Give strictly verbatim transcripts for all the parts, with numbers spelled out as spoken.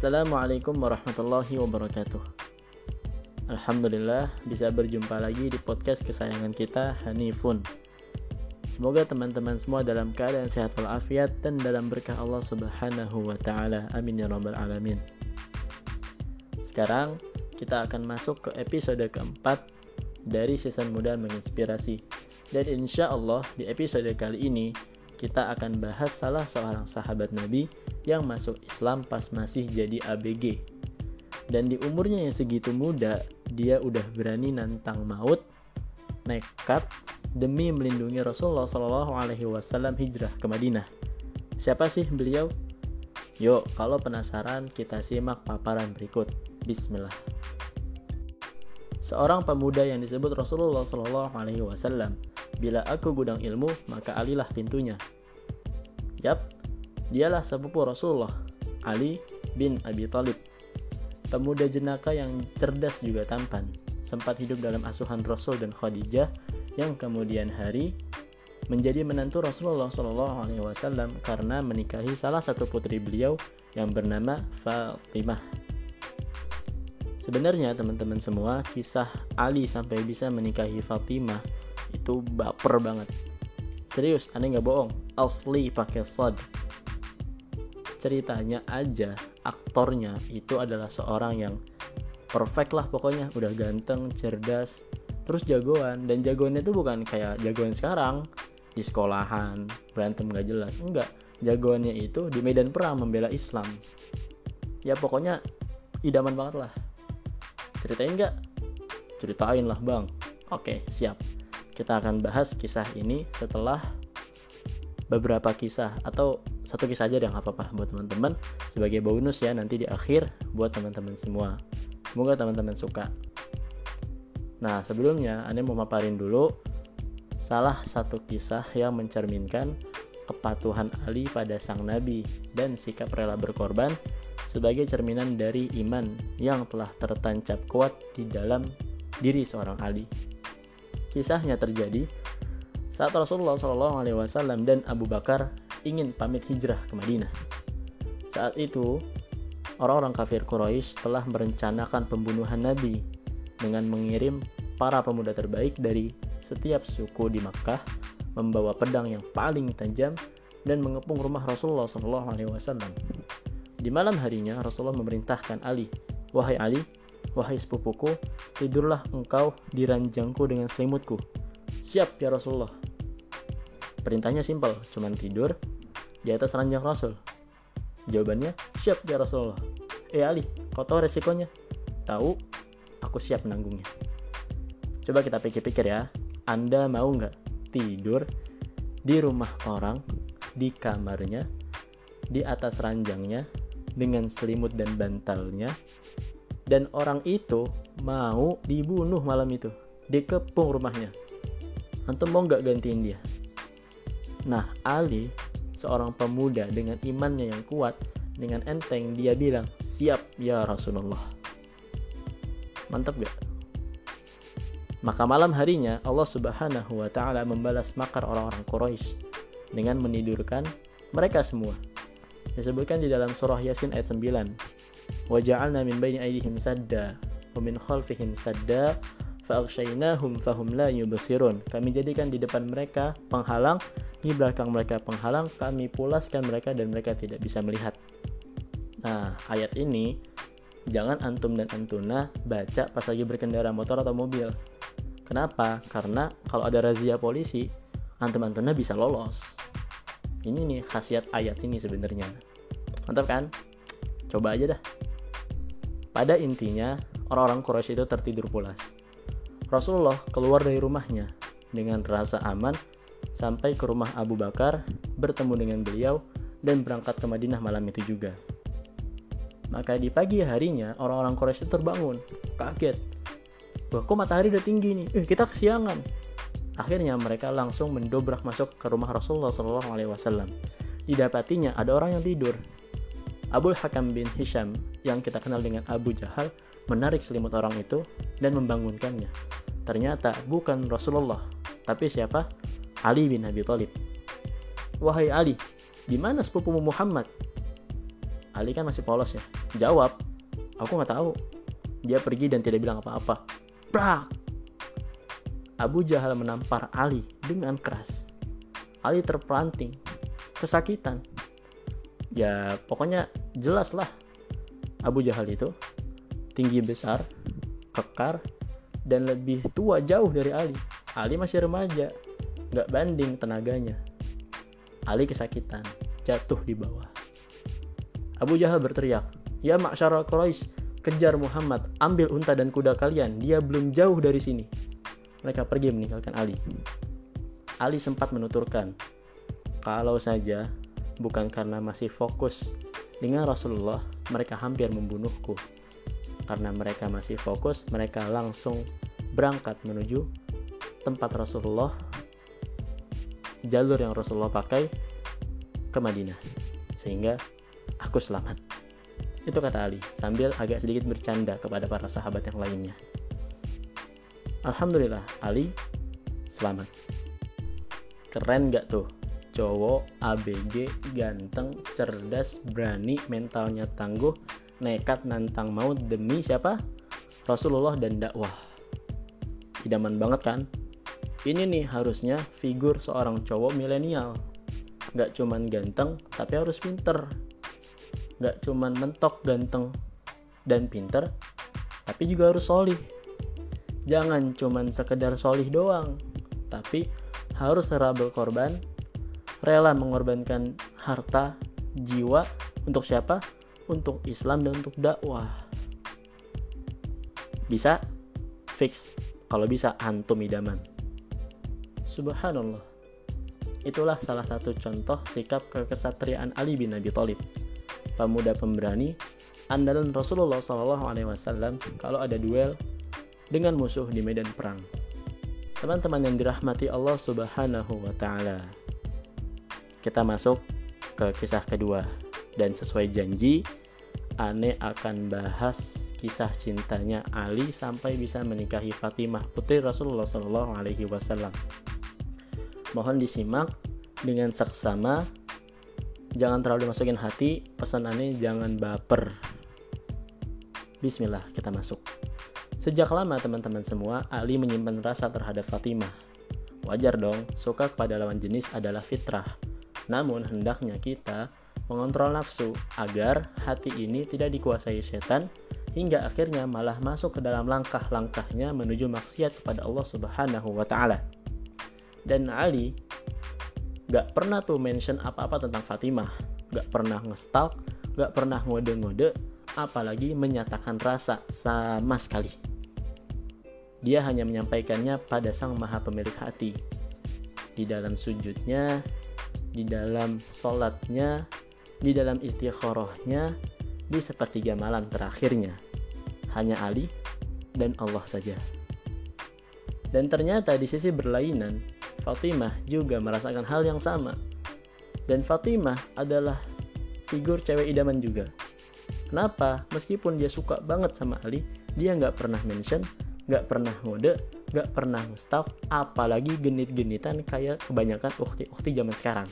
Assalamualaikum warahmatullahi wabarakatuh. Alhamdulillah bisa berjumpa lagi di podcast kesayangan kita, Hanifun. Semoga teman-teman semua dalam keadaan sehat walafiat dan dalam berkah Allah Subhanahu wa taala. Amin ya rabbal alamin. Sekarang kita akan masuk ke episode keempat dari season Muda Menginspirasi. Dan insya Allah di episode kali ini kita akan bahas salah seorang sahabat Nabi yang masuk Islam pas masih jadi A B G. Dan di umurnya yang segitu muda, dia udah berani nantang maut, nekat demi melindungi Rasulullah shallallahu alaihi wasallam hijrah ke Madinah. Siapa sih beliau? Yuk, kalau penasaran kita simak paparan berikut. Bismillah. Seorang pemuda yang disebut Rasulullah shallallahu alaihi wasallam. Bila aku gudang ilmu, maka alilah pintunya. Yap, dialah sepupu Rasulullah, Ali bin Abi Thalib. Pemuda jenaka yang cerdas juga tampan, sempat hidup dalam asuhan Rasul dan Khadijah, yang kemudian hari menjadi menantu Rasulullah shallallahu alaihi wasallam karena menikahi salah satu putri beliau yang bernama Fatimah. Sebenarnya teman-teman semua, kisah Ali sampai bisa menikahi Fatimah itu baper banget. Serius, aneh gak bohong, asli pakai sad. Ceritanya aja, aktornya itu adalah seorang yang perfect lah pokoknya. Udah ganteng, cerdas, terus jagoan. Dan jagoannya itu bukan kayak jagoan sekarang di sekolahan, berantem gak jelas. Enggak, jagoannya itu di medan perang membela Islam. Ya pokoknya idaman banget lah. Ceritain gak? Ceritain lah bang. Oke, siap. Kita akan bahas kisah ini setelah beberapa kisah, atau satu kisah aja deh, gak apa-apa buat teman-teman sebagai bonus ya nanti di akhir buat teman-teman semua. Semoga teman-teman suka. Nah, sebelumnya Ane mau maparin dulu salah satu kisah yang mencerminkan kepatuhan Ali pada sang Nabi dan sikap rela berkorban sebagai cerminan dari iman yang telah tertancap kuat di dalam diri seorang Ali. Kisahnya terjadi saat Rasulullah shallallahu alaihi wasallam dan Abu Bakar ingin pamit hijrah ke Madinah. Saat itu, orang-orang kafir Quraisy telah merencanakan pembunuhan Nabi dengan mengirim para pemuda terbaik dari setiap suku di Makkah, membawa pedang yang paling tajam dan mengepung rumah Rasulullah shallallahu alaihi wasallam. Di malam harinya, Rasulullah memerintahkan Ali, "Wahai Ali, wahai sepupuku, tidurlah engkau di ranjangku dengan selimutku." "Siap ya Rasulullah." Perintahnya simpel, cuman tidur di atas ranjang Rasul. Jawabannya, "Siap ya Rasulullah." "Eh Ali, kau tahu resikonya?" "Tahu, aku siap menanggungnya." Coba kita pikir-pikir ya, Anda mau nggak tidur di rumah orang, di kamarnya, di atas ranjangnya, dengan selimut dan bantalnya, dan orang itu mau dibunuh malam itu, dikepung rumahnya? Antum mau nggak gantiin dia? Nah, Ali, seorang pemuda dengan imannya yang kuat, dengan enteng dia bilang, "Siap ya Rasulullah." Mantap gak? Maka malam harinya Allah Subhanahu wa taala membalas makar orang-orang Quraisy dengan menidurkan mereka semua. Disebutkan di dalam surah Yasin ayat sembilan, "Wa ja'alna min baini aydihim sadda wa min khalfihim sadda fa'aghshaynahum fahum la yubsirun." Kami jadikan di depan mereka penghalang, di belakang mereka penghalang, kami pulaskan mereka dan mereka tidak bisa melihat. Nah, ayat ini jangan antum dan antuna baca pas lagi berkendara motor atau mobil. Kenapa? Karena kalau ada razia polisi, antum-antuna bisa lolos. Ini nih khasiat ayat ini sebenarnya. Mantap kan? Coba aja dah. Pada intinya, orang-orang Quraisy itu tertidur pulas. Rasulullah keluar dari rumahnya dengan rasa aman sampai ke rumah Abu Bakar, bertemu dengan beliau, dan berangkat ke Madinah malam itu juga. Maka di pagi harinya, orang-orang Quraisy terbangun, kaget. "Wah, kok matahari udah tinggi nih? Eh, kita kesiangan." Akhirnya mereka langsung mendobrak masuk ke rumah Rasulullah shallallahu alaihi wasallam. Didapatinya ada orang yang tidur. Abul Hakam bin Hisham, yang kita kenal dengan Abu Jahal, menarik selimut orang itu dan membangunkannya. Ternyata bukan Rasulullah, tapi siapa? Ali bin Abi Thalib. "Wahai Ali, di mana sepupumu Muhammad?" Ali kan masih polos ya, jawab, aku nggak tahu. Dia pergi dan tidak bilang apa-apa. Brak! Abu Jahal menampar Ali dengan keras. Ali terpelanting, kesakitan. Ya pokoknya jelas lah, Abu Jahal itu tinggi besar, kekar, dan lebih tua jauh dari Ali. Ali masih remaja, gak banding tenaganya. Ali kesakitan, jatuh di bawah. Abu Jahal berteriak, "Ya ma'syara Quraisy, kejar Muhammad, ambil unta dan kuda kalian, dia belum jauh dari sini." Mereka pergi meninggalkan Ali. Ali sempat menuturkan, kalau saja bukan karena masih fokus dengan Rasulullah, mereka hampir membunuhku. Karena mereka masih fokus, mereka langsung berangkat menuju tempat Rasulullah, jalur yang Rasulullah pakai ke Madinah, sehingga aku selamat. Itu kata Ali sambil agak sedikit bercanda kepada para sahabat yang lainnya. Alhamdulillah, Ali selamat. Keren gak tuh? Cowok A B G, ganteng, cerdas, berani, mentalnya tangguh, nekat nantang maut demi siapa? Rasulullah dan dakwah. Idaman banget kan? Ini nih harusnya figur seorang cowok milenial. Gak cuman ganteng, tapi harus pinter. Gak cuman mentok ganteng dan pinter, tapi juga harus solih. Jangan cuman sekedar solih doang, tapi harus rela berkorban, rela mengorbankan harta, jiwa, untuk siapa? Untuk Islam dan untuk dakwah. Bisa? Fix. Kalau bisa, antum idaman. Subhanallah. Itulah salah satu contoh sikap kekesatriaan Ali bin Abi Thalib, pemuda pemberani, andalan Rasulullah shallallahu alaihi wasallam kalau ada duel dengan musuh di medan perang. Teman-teman yang dirahmati Allah Subhanahu wa Ta'ala, kita masuk ke kisah kedua, dan sesuai janji Ane akan bahas kisah cintanya Ali sampai bisa menikahi Fatimah, putri Rasulullah shallallahu alaihi wasallam. Mohon disimak dengan seksama, jangan terlalu dimasukin hati, pesan Ane jangan baper. Bismillah, kita masuk. Sejak lama teman-teman semua, Ali menyimpan rasa terhadap Fatimah. Wajar dong, suka kepada lawan jenis adalah fitrah. Namun hendaknya kita mengontrol nafsu agar hati ini tidak dikuasai setan hingga akhirnya malah masuk ke dalam langkah-langkahnya menuju maksiat kepada Allah Subhanahu wa Ta'ala. Dan Ali gak pernah tuh mention apa-apa tentang Fatimah, gak pernah ngestalk, gak pernah ngode-ngode, apalagi menyatakan rasa sama sekali. Dia hanya menyampaikannya pada Sang Maha Pemilik hati, di dalam sujudnya, di dalam sholatnya, di dalam istikharahnya, di sepertiga malam terakhirnya. Hanya Ali dan Allah saja. Dan ternyata di sisi berlainan, Fatimah juga merasakan hal yang sama. Dan Fatimah adalah figur cewek idaman juga. Kenapa? Meskipun dia suka banget sama Ali, dia gak pernah mention, gak pernah ngode, gak pernah nge-stalk, apalagi genit-genitan kayak kebanyakan ukhti-ukhti zaman sekarang.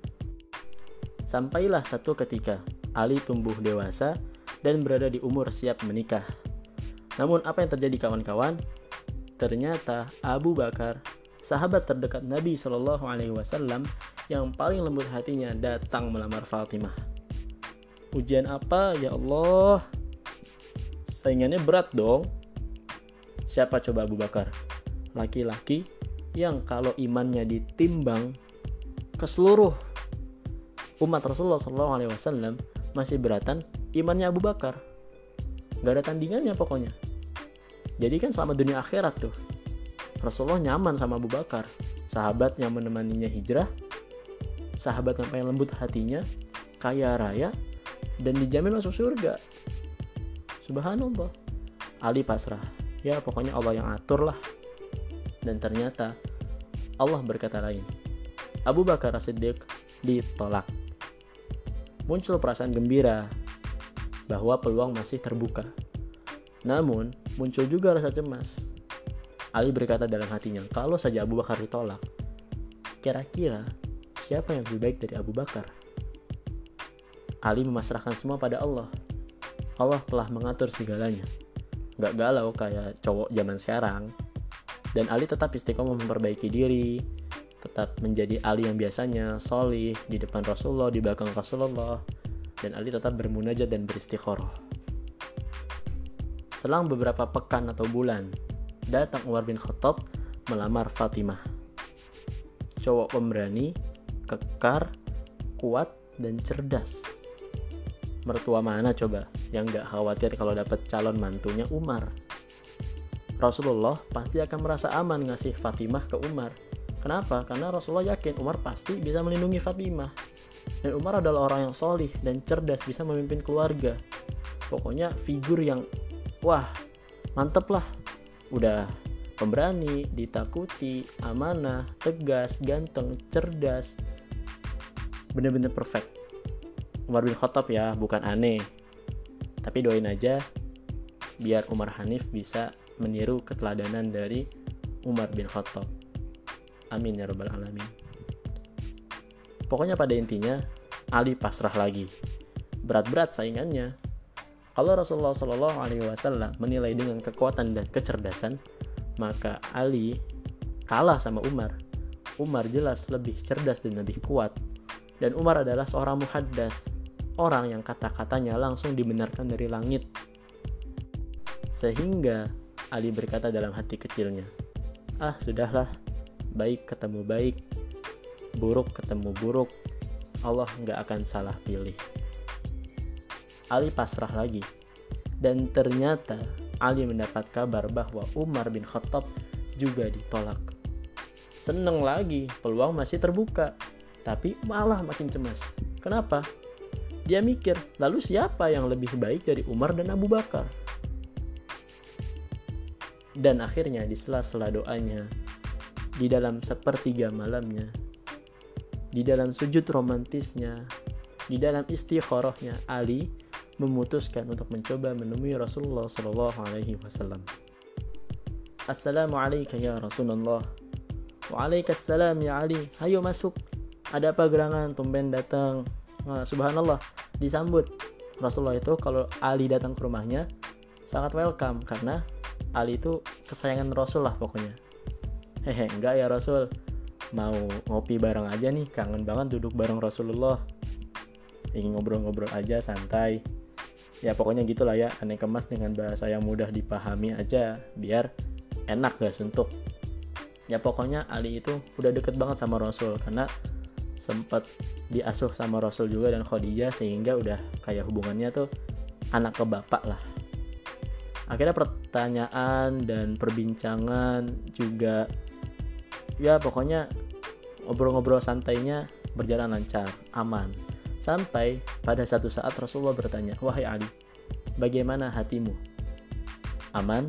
Sampailah satu ketika Ali tumbuh dewasa dan berada di umur siap menikah. Namun apa yang terjadi kawan-kawan? Ternyata Abu Bakar, sahabat terdekat Nabi shallallahu alaihi wasallam yang paling lembut hatinya, datang melamar Fatimah. Ujian apa ya Allah? Saingannya berat dong. Siapa coba Abu Bakar? Laki-laki yang kalau imannya ditimbang ke seluruh umat Rasulullah shallallahu alaihi wasallam masih beratan imannya Abu Bakar. Gak ada tandingannya pokoknya. Jadi kan selama dunia akhirat tuh Rasulullah nyaman sama Abu Bakar, sahabat yang menemaninya hijrah, sahabat yang paling lembut hatinya, kaya raya, dan dijamin masuk surga. Subhanallah. Ali pasrah. Ya pokoknya Allah yang atur lah. Dan ternyata Allah berkata lain. Abu Bakar As-Siddiq ditolak. Muncul perasaan gembira bahwa peluang masih terbuka. Namun muncul juga rasa cemas. Ali berkata dalam hatinya, kalau saja Abu Bakar ditolak, kira-kira siapa yang lebih baik dari Abu Bakar? Ali memasrahkan semua pada Allah. Allah telah mengatur segalanya. Gak galau kayak cowok zaman sekarang. Dan Ali tetap istiqomah memperbaiki diri, tetap menjadi Ali yang biasanya solih di depan Rasulullah, di belakang Rasulullah. Dan Ali tetap bermunajat dan beristikharah. Selang beberapa pekan atau bulan, datang Umar bin Khattab melamar Fatimah. Cowok pemberani, kekar, kuat, dan cerdas. Mertua mana coba yang gak khawatir kalau dapat calon mantunya Umar? Rasulullah pasti akan merasa aman ngasih Fatimah ke Umar. Kenapa? Karena Rasulullah yakin Umar pasti bisa melindungi Fatimah. Dan Umar adalah orang yang solih dan cerdas, bisa memimpin keluarga. Pokoknya figur yang wah, mantep lah. Udah pemberani, ditakuti, amanah, tegas, ganteng, cerdas. Bener-bener perfect. Umar bin Khattab ya, bukan aneh. Tapi doain aja biar Umar Hanif bisa meniru keteladanan dari Umar bin Khattab. Amin ya rabbal alamin. Pokoknya pada intinya Ali pasrah lagi. Berat-berat saingannya. Kalau Rasulullah shallallahu alaihi wasallam menilai dengan kekuatan dan kecerdasan, maka Ali kalah sama Umar. Umar jelas lebih cerdas dan lebih kuat. Dan Umar adalah seorang muhaddas, orang yang kata-katanya langsung dibenarkan dari langit. Sehingga Ali berkata dalam hati kecilnya, ah sudahlah, baik ketemu baik, buruk ketemu buruk, Allah gak akan salah pilih. Ali pasrah lagi. Dan ternyata Ali mendapat kabar bahwa Umar bin Khattab juga ditolak. Seneng lagi, peluang masih terbuka. Tapi malah makin cemas. Kenapa? Dia mikir, lalu siapa yang lebih baik dari Umar dan Abu Bakar? Dan akhirnya di sela-sela doanya, di dalam sepertiga malamnya, di dalam sujud romantisnya, di dalam istikharahnya, Ali memutuskan untuk mencoba menemui Rasulullah shallallahu alaihi wasallam. Assalamualaikum ya Rasulullah. Waalaikumsalam ya Ali. Hayo masuk. Ada apa gerangan? Tumben datang. Nah, subhanallah, disambut. Rasulullah itu kalau Ali datang ke rumahnya sangat welcome, karena Ali itu kesayangan Rasul lah pokoknya. Hehe, enggak ya Rasul, mau ngopi bareng aja nih, kangen banget duduk bareng Rasulullah. Ingin ngobrol-ngobrol aja santai. Ya pokoknya gitulah ya, aneh kemas dengan bahasa yang mudah dipahami aja, biar enak gak suntuk. Ya pokoknya Ali itu udah deket banget sama Rasul, karena sempat diasuh sama Rasul juga dan Khadijah, sehingga udah kayak hubungannya tuh anak ke bapak lah. Akhirnya pertanyaan dan perbincangan juga, ya pokoknya ngobrol-ngobrol santainya berjalan lancar, aman. Sampai pada satu saat Rasulullah bertanya, wahai Ali, bagaimana hatimu? Aman?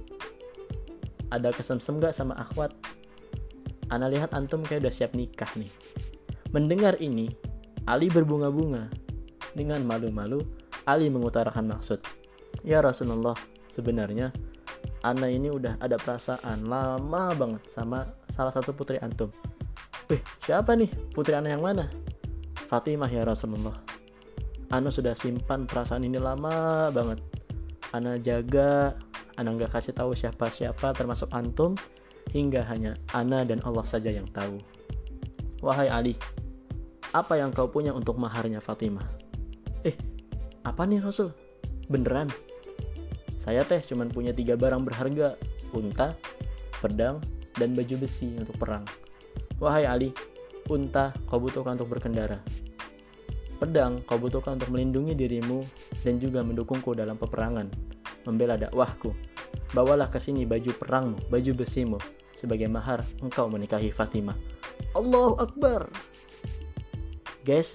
Ada kesemsem gak sama akhwat? Ana lihat antum kayak udah siap nikah nih. Mendengar ini, Ali berbunga-bunga. Dengan malu-malu, Ali mengutarakan maksud. Ya Rasulullah, sebenarnya Ana ini udah ada perasaan lama banget sama salah satu putri antum. Wih, siapa nih? Putri Ana yang mana? Fatimah ya Rasulullah. Ana sudah simpan perasaan ini lama banget. Ana jaga, Ana gak kasih tahu siapa-siapa termasuk antum, hingga hanya Ana dan Allah saja yang tahu. Wahai Ali, apa yang kau punya untuk maharnya Fatimah? Eh, apa nih Rasul? Beneran? Saya teh cuman punya tiga barang berharga, unta, pedang, dan baju besi untuk perang. Wahai Ali, unta kau butuhkan untuk berkendara. Pedang kau butuhkan untuk melindungi dirimu dan juga mendukungku dalam peperangan, membela dakwahku. Bawalah ke sini baju perangmu, baju besimu, sebagai mahar engkau menikahi Fatimah. Allahu Akbar. Guys,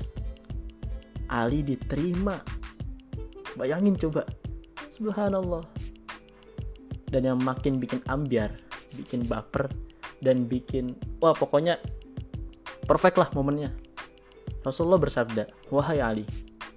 Ali diterima. Bayangin coba. Subhanallah. Dan yang makin bikin ambyar, bikin baper, dan bikin, wah pokoknya perfect lah momennya. Rasulullah bersabda, wahai Ali,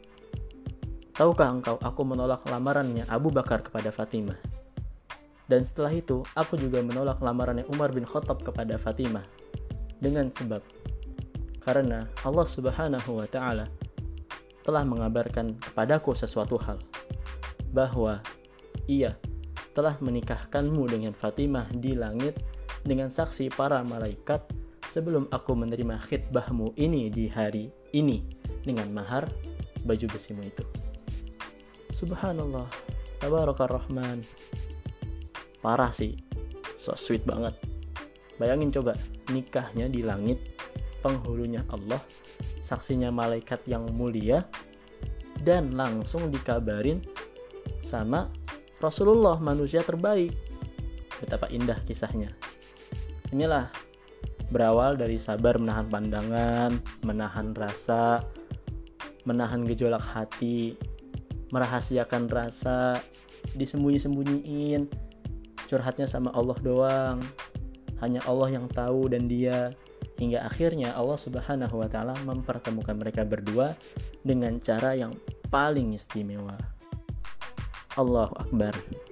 tahukah engkau aku menolak lamarannya Abu Bakar kepada Fatimah? Dan setelah itu, aku juga menolak lamarannya Umar bin Khattab kepada Fatimah. Dengan sebab, karena Allah subhanahu wa ta'ala telah mengabarkan kepadaku sesuatu hal, bahwa ia telah menikahkanmu dengan Fatimah di langit dengan saksi para malaikat sebelum aku menerima khitbahmu ini di hari ini dengan mahar baju besimu itu. Subhanallah, tabarakar rahman. Parah sih, so sweet banget. Bayangin coba, nikahnya di langit, penghulunya Allah, saksinya malaikat yang mulia, dan langsung dikabarin sama Rasulullah, manusia terbaik. Betapa indah kisahnya. Inilah berawal dari sabar menahan pandangan, menahan rasa, menahan gejolak hati, merahasiakan rasa, disembunyi-sembunyiin, curhatnya sama Allah doang, hanya Allah yang tahu dan dia, hingga akhirnya Allah Subhanahu wa Ta'ala mempertemukan mereka berdua dengan cara yang paling istimewa. Allahu Akbar.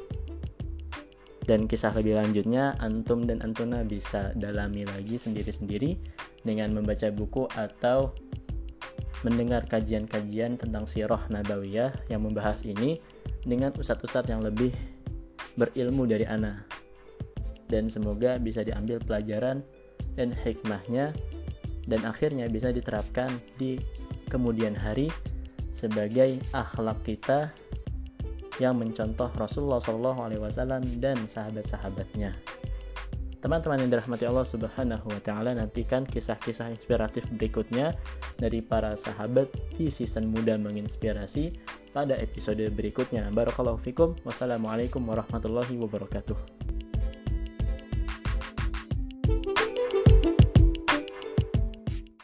Dan kisah lebih lanjutnya antum dan antuna bisa dalami lagi sendiri-sendiri dengan membaca buku atau mendengar kajian-kajian tentang sirah nabawiyah yang membahas ini dengan ustadz-ustadz yang lebih berilmu dari ana. Dan semoga bisa diambil pelajaran dan hikmahnya dan akhirnya bisa diterapkan di kemudian hari sebagai akhlak kita yang mencontoh Rasulullah shallallahu alaihi wasallam dan sahabat-sahabatnya. Teman-teman yang dirahmati Allah Subhanahu wa Ta'ala, nantikan kisah-kisah inspiratif berikutnya dari para sahabat di season Muda Menginspirasi pada episode berikutnya. Barakallahu fikum. Wassalamualaikum warahmatullahi wabarakatuh.